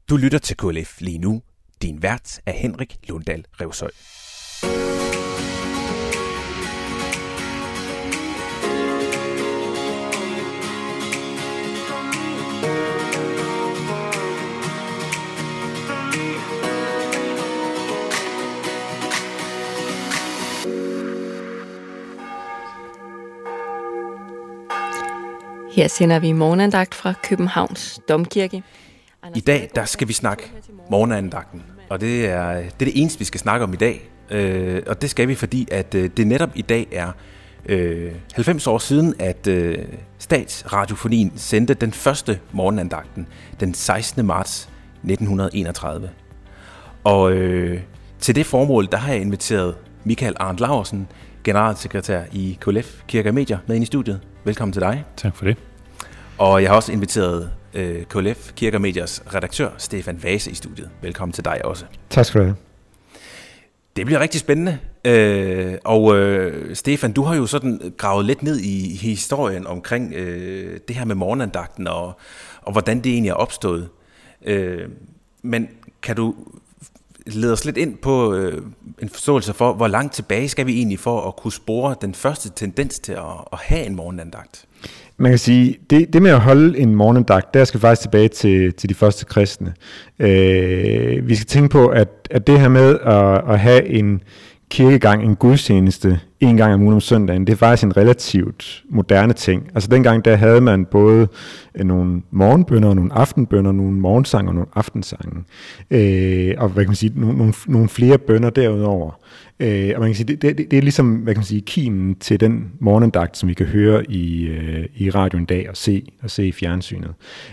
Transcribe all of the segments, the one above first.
Du lytter til KLF lige nu. Din vært er Henrik Lundahl Revshøj. Her sender vi morgenandagt fra Københavns Domkirke. I dag der skal vi snakke morgenandagten, og det er det eneste, vi skal snakke om i dag. Og det skal vi, fordi at det netop i dag er 90 år siden, at Statsradiofonien sendte den første morgenandagten den 16. marts 1931. Og til det formål, der har jeg inviteret Michael Arndt Laursen, generalsekretær i KLF Kirke og Medier, med ind i studiet. Velkommen til dig. Tak for det. Og jeg har også inviteret KLF Kirke og Mediers redaktør, Stefan Vase, i studiet. Velkommen til dig også. Tak skal du have. Det bliver rigtig spændende. Stefan, du har jo sådan gravet lidt ned i historien omkring det her med morgenandagten, og hvordan det egentlig er opstået. Men kan du lede os lidt ind på en forståelse for, hvor langt tilbage skal vi egentlig for at kunne spore den første tendens til at have en morgenandagt? Man kan sige, det med at holde en morgenandagt, der skal faktisk tilbage til de første kristne. Vi skal tænke på, at det her med at have en kirkegang, en gudstjeneste, en gang om ugen om søndagen, det er faktisk en relativt moderne ting. Altså dengang, der havde man både nogle morgenbønner, nogle aftenbønner, nogle morgensange og nogle aftensange. Og hvad kan man sige, nogle flere bønner derudover. Og man kan sige, det er ligesom, hvad kan man sige, kimen til den morgenandagt, som vi kan høre i radioen i dag og se i fjernsynet.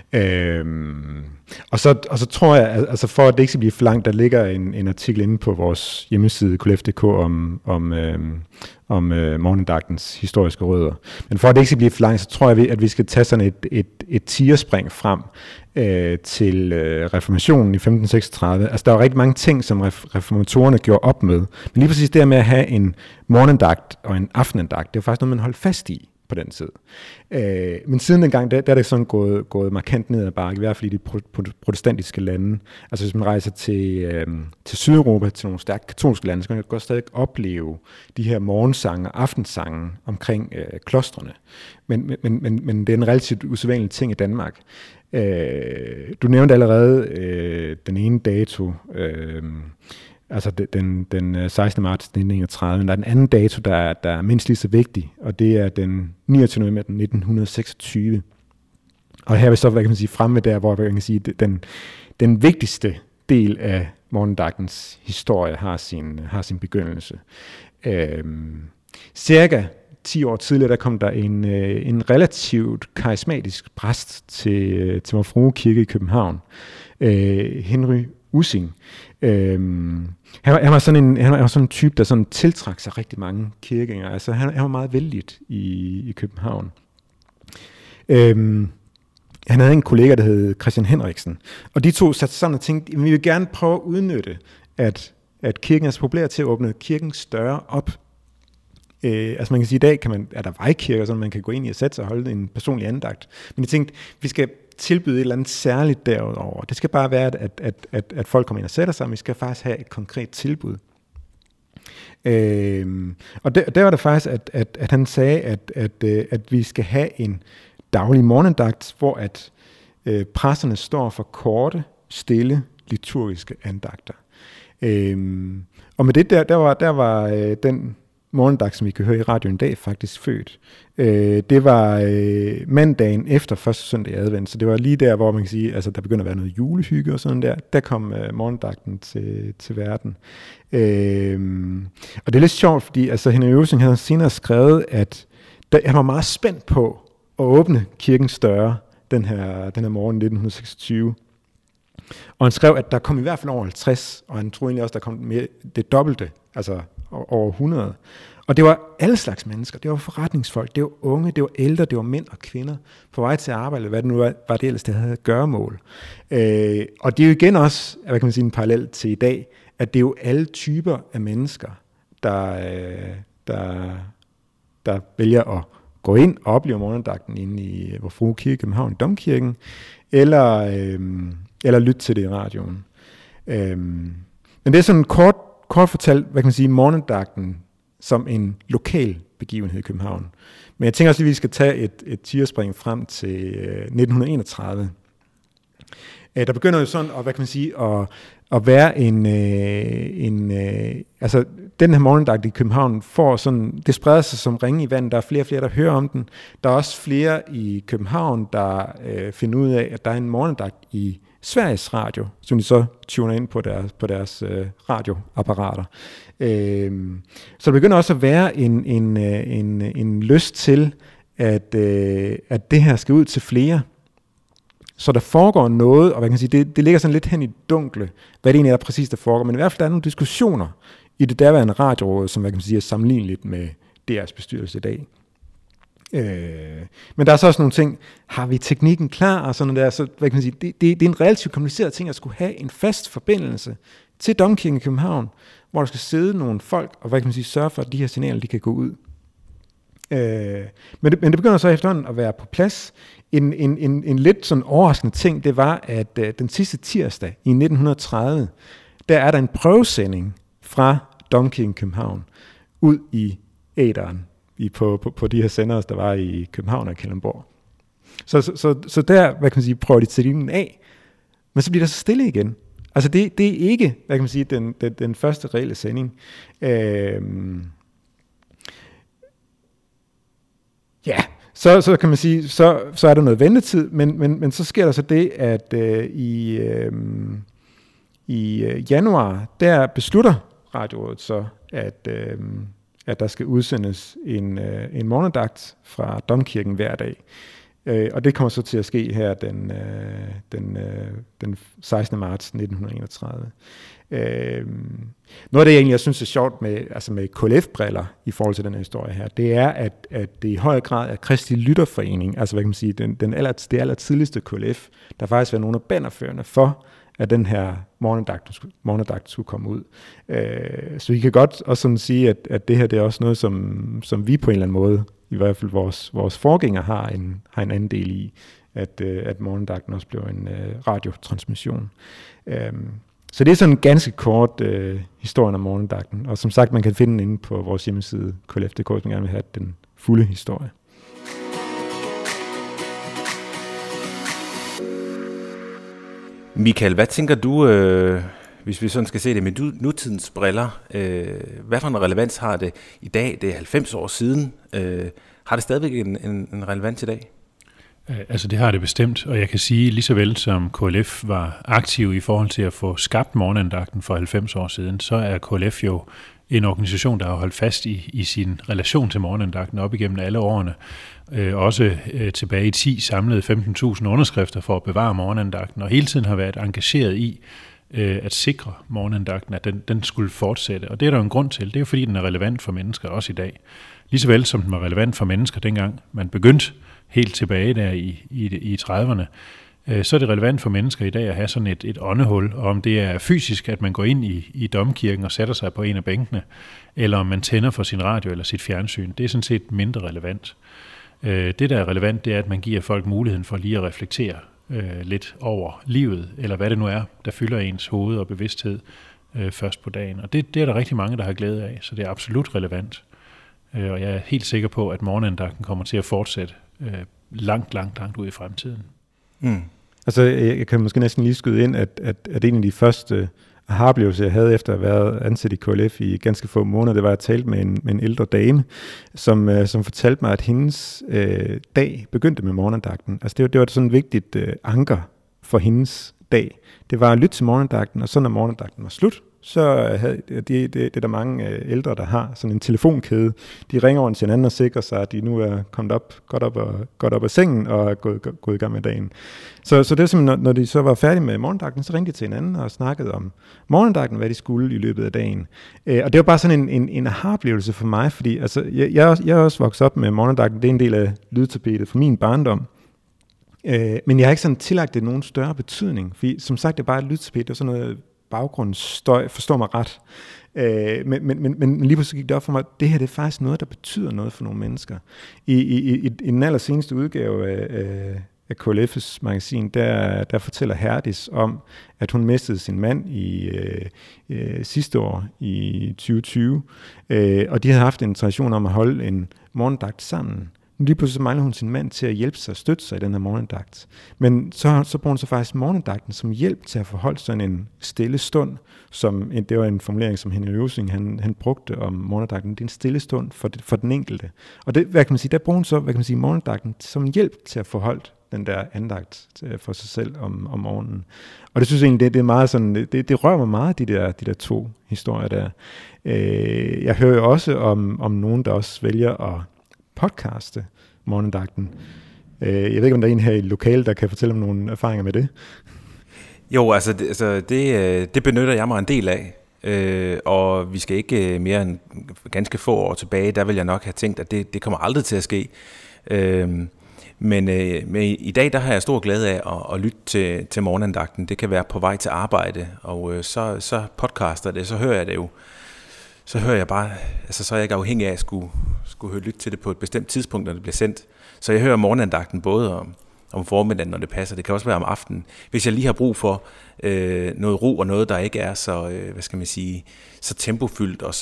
Og så tror jeg, altså for at det ikke skal blive for langt, der ligger en artikel inde på vores hjemmeside klf.dk om morgenandagtens historiske rødder. Men for at det ikke skal blive for langt, så tror jeg, at vi skal tage sådan et tigerspring frem til reformationen i 1536. Altså der var rigtig mange ting, som reformatorerne gjorde op med. Men lige præcis det med at have en morgenandagt og en aftenandagt, det var faktisk noget, man holdt fast i på den tid. Men siden dengang, der er det sådan gået markant ned ad bakke, i hvert fald i de protestantiske lande. Altså hvis man rejser til Sydeuropa, til nogle stærkt katolske lande, så kan man godt stadig opleve de her morgensange og aftensange omkring klostrene. Men det er en relativt usædvanlig ting i Danmark. Du nævnte allerede den ene dato, altså den 16. marts 1931, men der er den anden dato, der er mindst lige så vigtig, og det er den 29. november 1926. Og her vil så, hvad kan man sige, fremme der, hvor man kan sige, den vigtigste del af morgenandagtens historie har sin begyndelse. Cirka 10 år tidligere, der kom der en relativt karismatisk præst til Vor Frue Kirke i København, Henry Ussing. Han var sådan en type, der sådan tiltrak sig rigtig mange kirkegængere. Altså han var meget vellidt i København. Han havde en kollega, der hed Christian Henriksen, og de to satte sammen og tænkte, vi vil gerne prøve at udnytte, at kirken er så populær til at åbne kirken større op. Altså man kan sige, i dag er der vejkirker, så man kan gå ind i og sætte sig og holde en personlig andagt. Men jeg tænkte, vi skal tilbyde et eller andet særligt derudover. Det skal bare være, at folk kommer ind og sætter sig, men vi skal faktisk have et konkret tilbud. Og der var det faktisk, at han sagde, at vi skal have en daglig morgenandagt, hvor at præsterne står for korte, stille, liturgiske andagter. Og med det der var den morgenandagt, som vi kan høre i radioen i dag, faktisk født. Det var mandagen efter første søndag i advent, så det var lige der, hvor man kan sige, altså der begynder at være noget julehygge og sådan der kom morgenandagten til verden. Og det er lidt sjovt, fordi altså Henry Ussing havde senere skrevet, at han var meget spændt på at åbne kirken større den her morgen 1926. Og han skrev, at der kom i hvert fald over 50, og han troede egentlig også, der kom mere, det dobbelte, altså over 100. Og det var alle slags mennesker. Det var forretningsfolk, det var unge, det var ældre, det var mænd og kvinder på vej til arbejde, eller hvad det nu var det ellers, der havde gøremål. Og det er jo igen også, hvad kan man sige, en parallel til i dag, at det er jo alle typer af mennesker, der vælger at gå ind og opleve morgenandagten inde i Vor Frue Kirke i København i Domkirken, eller eller lytte til det i radioen. Men det er sådan kort fortalt, hvad kan man sige, morgenandagten som en lokal begivenhed i København. Men jeg tænker også, at vi skal tage et tigerspring frem til 1931. Der begynder jo sådan, hvad kan man sige, at være altså den her morgenandagt i København får sådan, det spreder sig som ringe i vandet. Der er flere og flere, der hører om den. Der er også flere i København, der finder ud af, at der er en morgenandagt i Sveriges Radio, som de så tuner ind på deres radioapparater. Så der begynder også at være en lyst til, at det her skal ud til flere. Så der foregår noget, og hvad kan man sige, det ligger sådan lidt hen i dunkle, hvad det egentlig er præcis, der foregår. Men i hvert fald der er nogle diskussioner i det derværende radioråd, som hvad kan man sige, er sammenligneligt med DR's bestyrelse i dag. Men der er så også nogle ting, har vi teknikken klar, og sådan noget der, så hvad kan man sige, det er en relativt kompliceret ting, at skulle have en fast forbindelse til Domkirken i København, hvor der skal sidde nogle folk, og hvad kan man sige, sørge for, at de her signaler, de kan gå ud. Men det begynder så efterhånden at være på plads. En lidt sådan overraskende ting, det var, at den sidste tirsdag i 1930, der er der en prøvesending fra Domkirken i København ud i æteren på de her sendere, der var i København og Kalundborg. Så der, hvad kan man sige, prøver de til den af, men så bliver der så stille igen. Altså det er ikke, hvad kan man sige, den første reelle sending. Ja, så kan man sige, så er der noget ventetid, men så sker der så det, at i januar, der beslutter radiorådet så, at der skal udsendes en morgenandagt fra Domkirken hver dag. Og det kommer så til at ske her den 16. marts 1931. Noget af det, jeg egentlig synes er sjovt med KLF-briller i forhold til den her historie her, det er, at det i høj grad er Kristi Lytterforening, altså hvad kan man sige, det aller tidligste KLF, der faktisk var nogle af bannerførende for, at den her morgenandagt skulle komme ud. Så vi kan godt også sådan sige, at det her det er også noget, som vi på en eller anden måde, i hvert fald vores forgængere har en anden del i, at morgenandagten også blev en radiotransmission. Så det er sådan en ganske kort historie om morgenandagten, og som sagt, man kan finde den inde på vores hjemmeside, klf.dk, hvis man gerne vil have den fulde historie. Michael, hvad tænker du, hvis vi sådan skal se det med nutidens briller, hvad for en relevans har det i dag? Det er 90 år siden. Har det stadigvæk en relevans i dag? Altså det har det bestemt, og jeg kan sige, lige så vel som KLF var aktiv i forhold til at få skabt morgenandagten for 90 år siden, så er KLF jo en organisation, der har holdt fast i sin relation til morgenandagten op igennem alle årene. Også tilbage i 10 samlede 15.000 underskrifter for at bevare morgenandagten, og hele tiden har været engageret i at sikre morgenandagten, at den skulle fortsætte. Og det er der en grund til. Det er jo fordi, den er relevant for mennesker også i dag. Ligesåvel som den var relevant for mennesker dengang man begyndte helt tilbage der i 30'erne, så er det relevant for mennesker i dag at have sådan et åndehul, og om det er fysisk, at man går ind i domkirken og sætter sig på en af bænkene, eller om man tænder for sin radio eller sit fjernsyn, det er sådan set mindre relevant. Det, der er relevant, det er, at man giver folk muligheden for lige at reflektere lidt over livet, eller hvad det nu er, der fylder ens hoved og bevidsthed først på dagen. Og det er der rigtig mange, der har glæde af, så det er absolut relevant. Og jeg er helt sikker på, at morgenandagten kommer til at fortsætte langt ud i fremtiden. Mm. Altså, jeg kan måske næsten lige skyde ind, at en af de første aha-oplevelser, jeg havde efter at have været ansat i KLF i ganske få måneder, det var at tale med en ældre dame, som fortalte mig, at hendes dag begyndte med morgenandagten. Altså, det var sådan et vigtigt anker for hendes dag. Det var at lytte til morgenandagten, og så når morgenandagten var slut, så havde det er der mange ældre, der har sådan en telefonkæde. De ringer over til hinanden og sikrer sig, at de nu er kommet godt op af sengen og er gået i gang med dagen. Så det er simpelthen, når de så var færdige med morgenandagten, så ringte de til hinanden og snakkede om morgenandagten, hvad de skulle i løbet af dagen. Og det var bare sådan en aha-oplevelse for mig, fordi altså, jeg er også vokset op med morgenandagten. Det er en del af lydtapetet for min barndom. Men jeg har ikke sådan tillagt det nogen større betydning, fordi som sagt, det er bare et lydtapet, det er sådan noget baggrundsstøj, forstår mig ret. Men lige pludselig gik det op for mig, at det her det er faktisk noget, der betyder noget for nogle mennesker. I den allerseneste udgave KLF's magasin, der fortæller Herdis om, at hun mistede sin mand i sidste år, i 2020, og de havde haft en tradition om at holde en morgendagt sammen. Nu lige pludselig mangler hun sin mand til at hjælpe sig og støtte sig i den her morgendagt. Men så bruger hun så faktisk morgendagten som hjælp til at forholde sådan en stille stund, det var en formulering, som Henry Josing han brugte om morgendagten. Det er en stille stund for den enkelte. Og det, der bruger hun så, morgendagten som hjælp til at forholde den der andagt for sig selv om morgenen. Og det synes jeg egentlig, det er meget sådan, det rører mig meget, de der to historier der. Jeg hører jo også om nogen, der også vælger at podcaste morgendagten. Jeg ved ikke, om der er en her i lokalet, der kan fortælle om nogle erfaringer med det. Jo, det benytter jeg mig en del af. Og vi skal ikke mere end ganske få år tilbage, der vil jeg nok have tænkt, at det kommer aldrig til at ske. Men i dag, der har jeg stor glæde af at lytte til morgenandagten. Det kan være på vej til arbejde, og så podcaster det, så hører jeg det jo. Så hører jeg bare, så er jeg ikke afhængig af at skulle lytte til det på et bestemt tidspunkt, når det bliver sendt. Så jeg hører morgenandagten både om formiddagen, når det passer. Det kan også være om aftenen. Hvis jeg lige har brug for noget ro og noget, der ikke er så, så tempofyldt og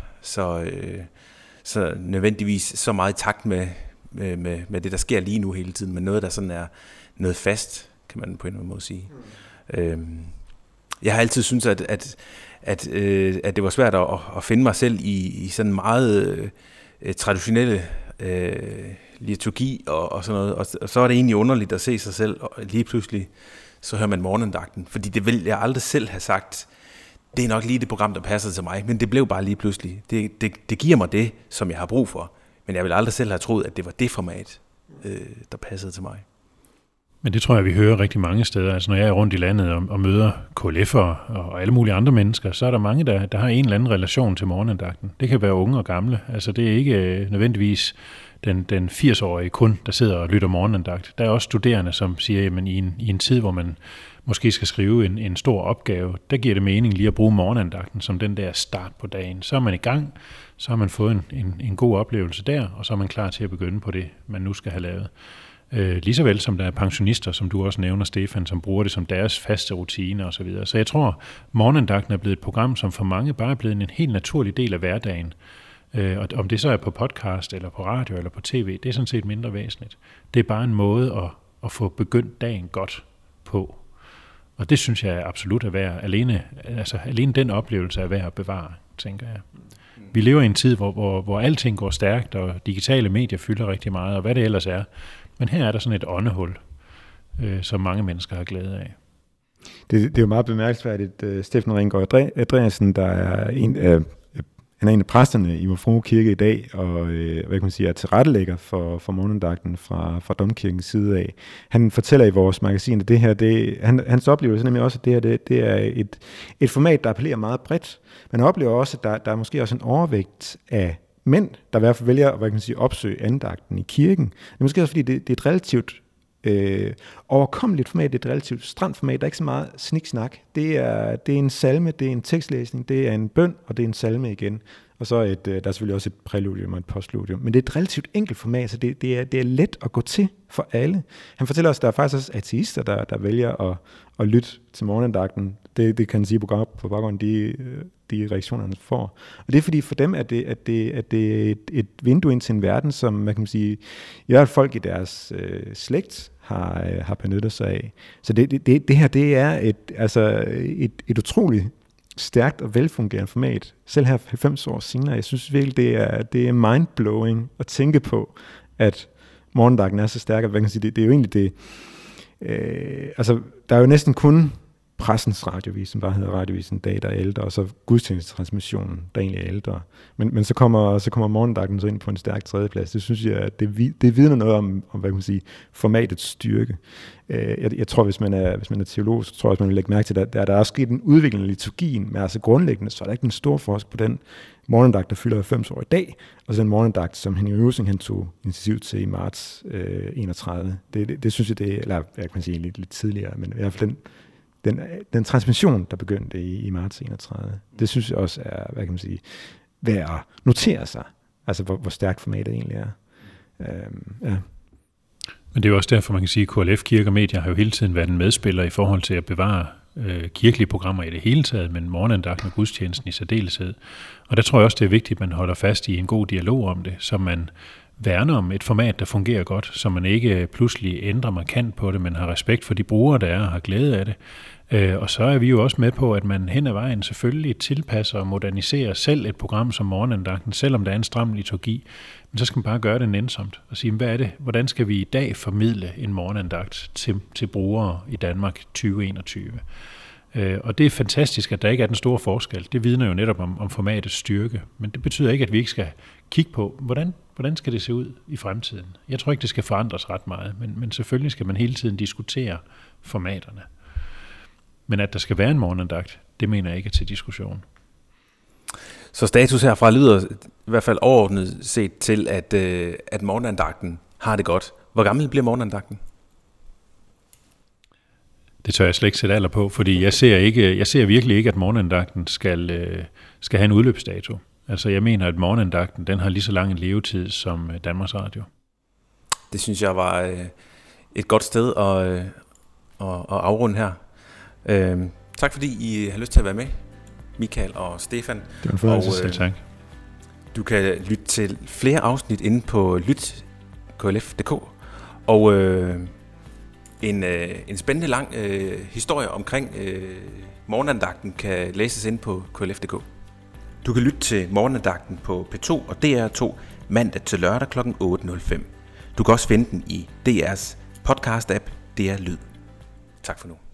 så nødvendigvis så meget i takt med det, der sker lige nu hele tiden, men noget, der sådan er noget fast, kan man på en eller anden måde sige. Jeg har altid syntes, at det var svært at finde mig selv i sådan meget traditionelle liturgi og sådan noget, og så er det egentlig underligt at se sig selv, og lige pludselig så hører man morgenandagten, fordi det vil jeg aldrig selv have sagt, det er nok lige det program, der passer til mig, men det blev bare lige pludselig. Det giver mig det, som jeg har brug for, men jeg vil aldrig selv have troet, at det var det format, der passede til mig. Men det tror jeg, vi hører rigtig mange steder. Altså når jeg er rundt i landet og møder KLF'ere og alle mulige andre mennesker, så er der mange, der har en eller anden relation til morgenandagten. Det kan være unge og gamle. Altså det er ikke nødvendigvis den 80-årige kun, der sidder og lytter morgenandagt. Der er også studerende, som siger, at i en tid, hvor man måske skal skrive en stor opgave, der giver det mening lige at bruge morgenandagten som den der start på dagen. Så er man i gang, så har man fået en god oplevelse der, og så er man klar til at begynde på det, man nu skal have lavet. Lige så vel som der er pensionister, som du også nævner, Stefan, som bruger det som deres faste rutine og så videre. Så jeg tror, morgenandagten er blevet et program, som for mange bare er blevet en helt naturlig del af hverdagen. Og om det så er på podcast, eller på radio, eller på tv, det er sådan set mindre væsentligt. Det er bare en måde at få begyndt dagen godt på. Og det synes jeg absolut er værd. Alene den oplevelse er værd at bevare, tænker jeg. Vi lever i en tid, hvor alting går stærkt, og digitale medier fylder rigtig meget, og hvad det ellers er. Men her er der sådan et åndehul, som mange mennesker har glæde af. Det er jo meget bemærkelsesværdigt. Steffen Ringgaard Andreasen, der er han er en af præsterne i Vor Frue Kirke i dag, og er tilrettelægger for morgenandagten fra Domkirkens side af. Han fortæller i vores magasin, at det her, hans oplevelse er nemlig også, at det er et format, der appellerer meget bredt. Man oplever også, at der er måske også en overvægt af mænd, der i hvert fald vælger at opsøge andagten i kirken. Det er måske også, fordi det er et relativt overkommeligt format, det er et relativt stramt format, der er ikke så meget sniksnak. Det er en salme, det er en tekstlæsning, det er en bøn, og det er en salme igen. Og så der er selvfølgelig også et præludium og et postludium. Men det er et relativt enkelt format, så det er let at gå til for alle. Han fortæller os, at der er faktisk også ateister, der vælger at lytte til morgenandagten. Det kan han sige på baggrund af de reaktioner, han får. Og det er fordi for dem, at det er et vindue ind til en verden, som man kan sige, i hvert fald folk i deres slægt har benyttet sig af. Så det her, det er et utroligt stærkt og velfungerende format. Selv her 90 år senere, jeg synes virkelig, det er mindblowing at tænke på, at morgendagen er så stærk, at man kan sige, det er jo egentlig det. Der er jo næsten kun pressens radiovis, som bare hedder Radiovisen Dag, der er ældre, og så gudstjenestetransmissionen, der egentlig er ældre. Men så kommer morgendagen så ind på en stærk tredjeplads. Det synes jeg, at det vidner noget om hvad kan man sige, formatets styrke. Jeg tror, hvis man er teolog, så tror jeg, at man vil lægge mærke til, at der er sket en udvikling af liturgien, men altså grundlæggende, så er der ikke en stor forskel på den morgendagt, der fylder 90 år i dag, og så en morgendagt, som Henry Josing han tog initiativ til i marts 31. Det synes jeg, eller jeg kan sige lidt tidligere, men i hvert fald den transmission, der begyndte i marts 31, det synes jeg også er, hvad kan man sige, værd at notere sig, altså hvor stærkt formatet egentlig er. Ja. Men det er jo også derfor, man kan sige, at KLF Kirke og Medier har jo hele tiden været en medspiller i forhold til at bevare kirkelige programmer i det hele taget, men morgenandagten og gudstjenesten i særdeleshed. Og der tror jeg også, det er vigtigt, at man holder fast i en god dialog om det, så man værner om et format, der fungerer godt, så man ikke pludselig ændrer markant på det, men har respekt for de brugere, der er og har glæde af det. Og så er vi jo også med på, at man hen ad vejen selvfølgelig tilpasser og moderniserer selv et program som morgenandagten, selvom der er en stram liturgi. Men så skal man bare gøre det nænsomt og sige, hvad er det? Hvordan skal vi i dag formidle en morgenandagt til brugere i Danmark 2021? Og det er fantastisk, at der ikke er den store forskel. Det vidner jo netop om formatets styrke. Men det betyder ikke, at vi ikke skal kigge på, hvordan skal det se ud i fremtiden? Jeg tror ikke, det skal forandres ret meget, men selvfølgelig skal man hele tiden diskutere formaterne. Men at der skal være en morgenandagt, det mener jeg ikke er til diskussion. Så status herfra lyder i hvert fald overordnet set til, at morgenandagten har det godt. Hvor gammel bliver morgenandagten? Det tør jeg slet ikke sætte alder på, fordi jeg ser virkelig ikke, at morgenandagten skal have en udløbsdato. Altså jeg mener, at morgenandagten den har lige så lang en levetid som Danmarks Radio. Det synes jeg var et godt sted at afrunde her. Tak fordi I har lyst til at være med, Michael og Stefan. Det var en fornøjelse. Selv tak. Du kan lytte til flere afsnit inde på lytklf.dk og en spændende lang historie omkring morgenandagten kan læses inde på klf.dk. Du kan lytte til morgenandagten på P2 og DR2 mandag til lørdag kl. 8.05. Du kan også finde den i DR's podcast-app DR Lyd. Tak for nu.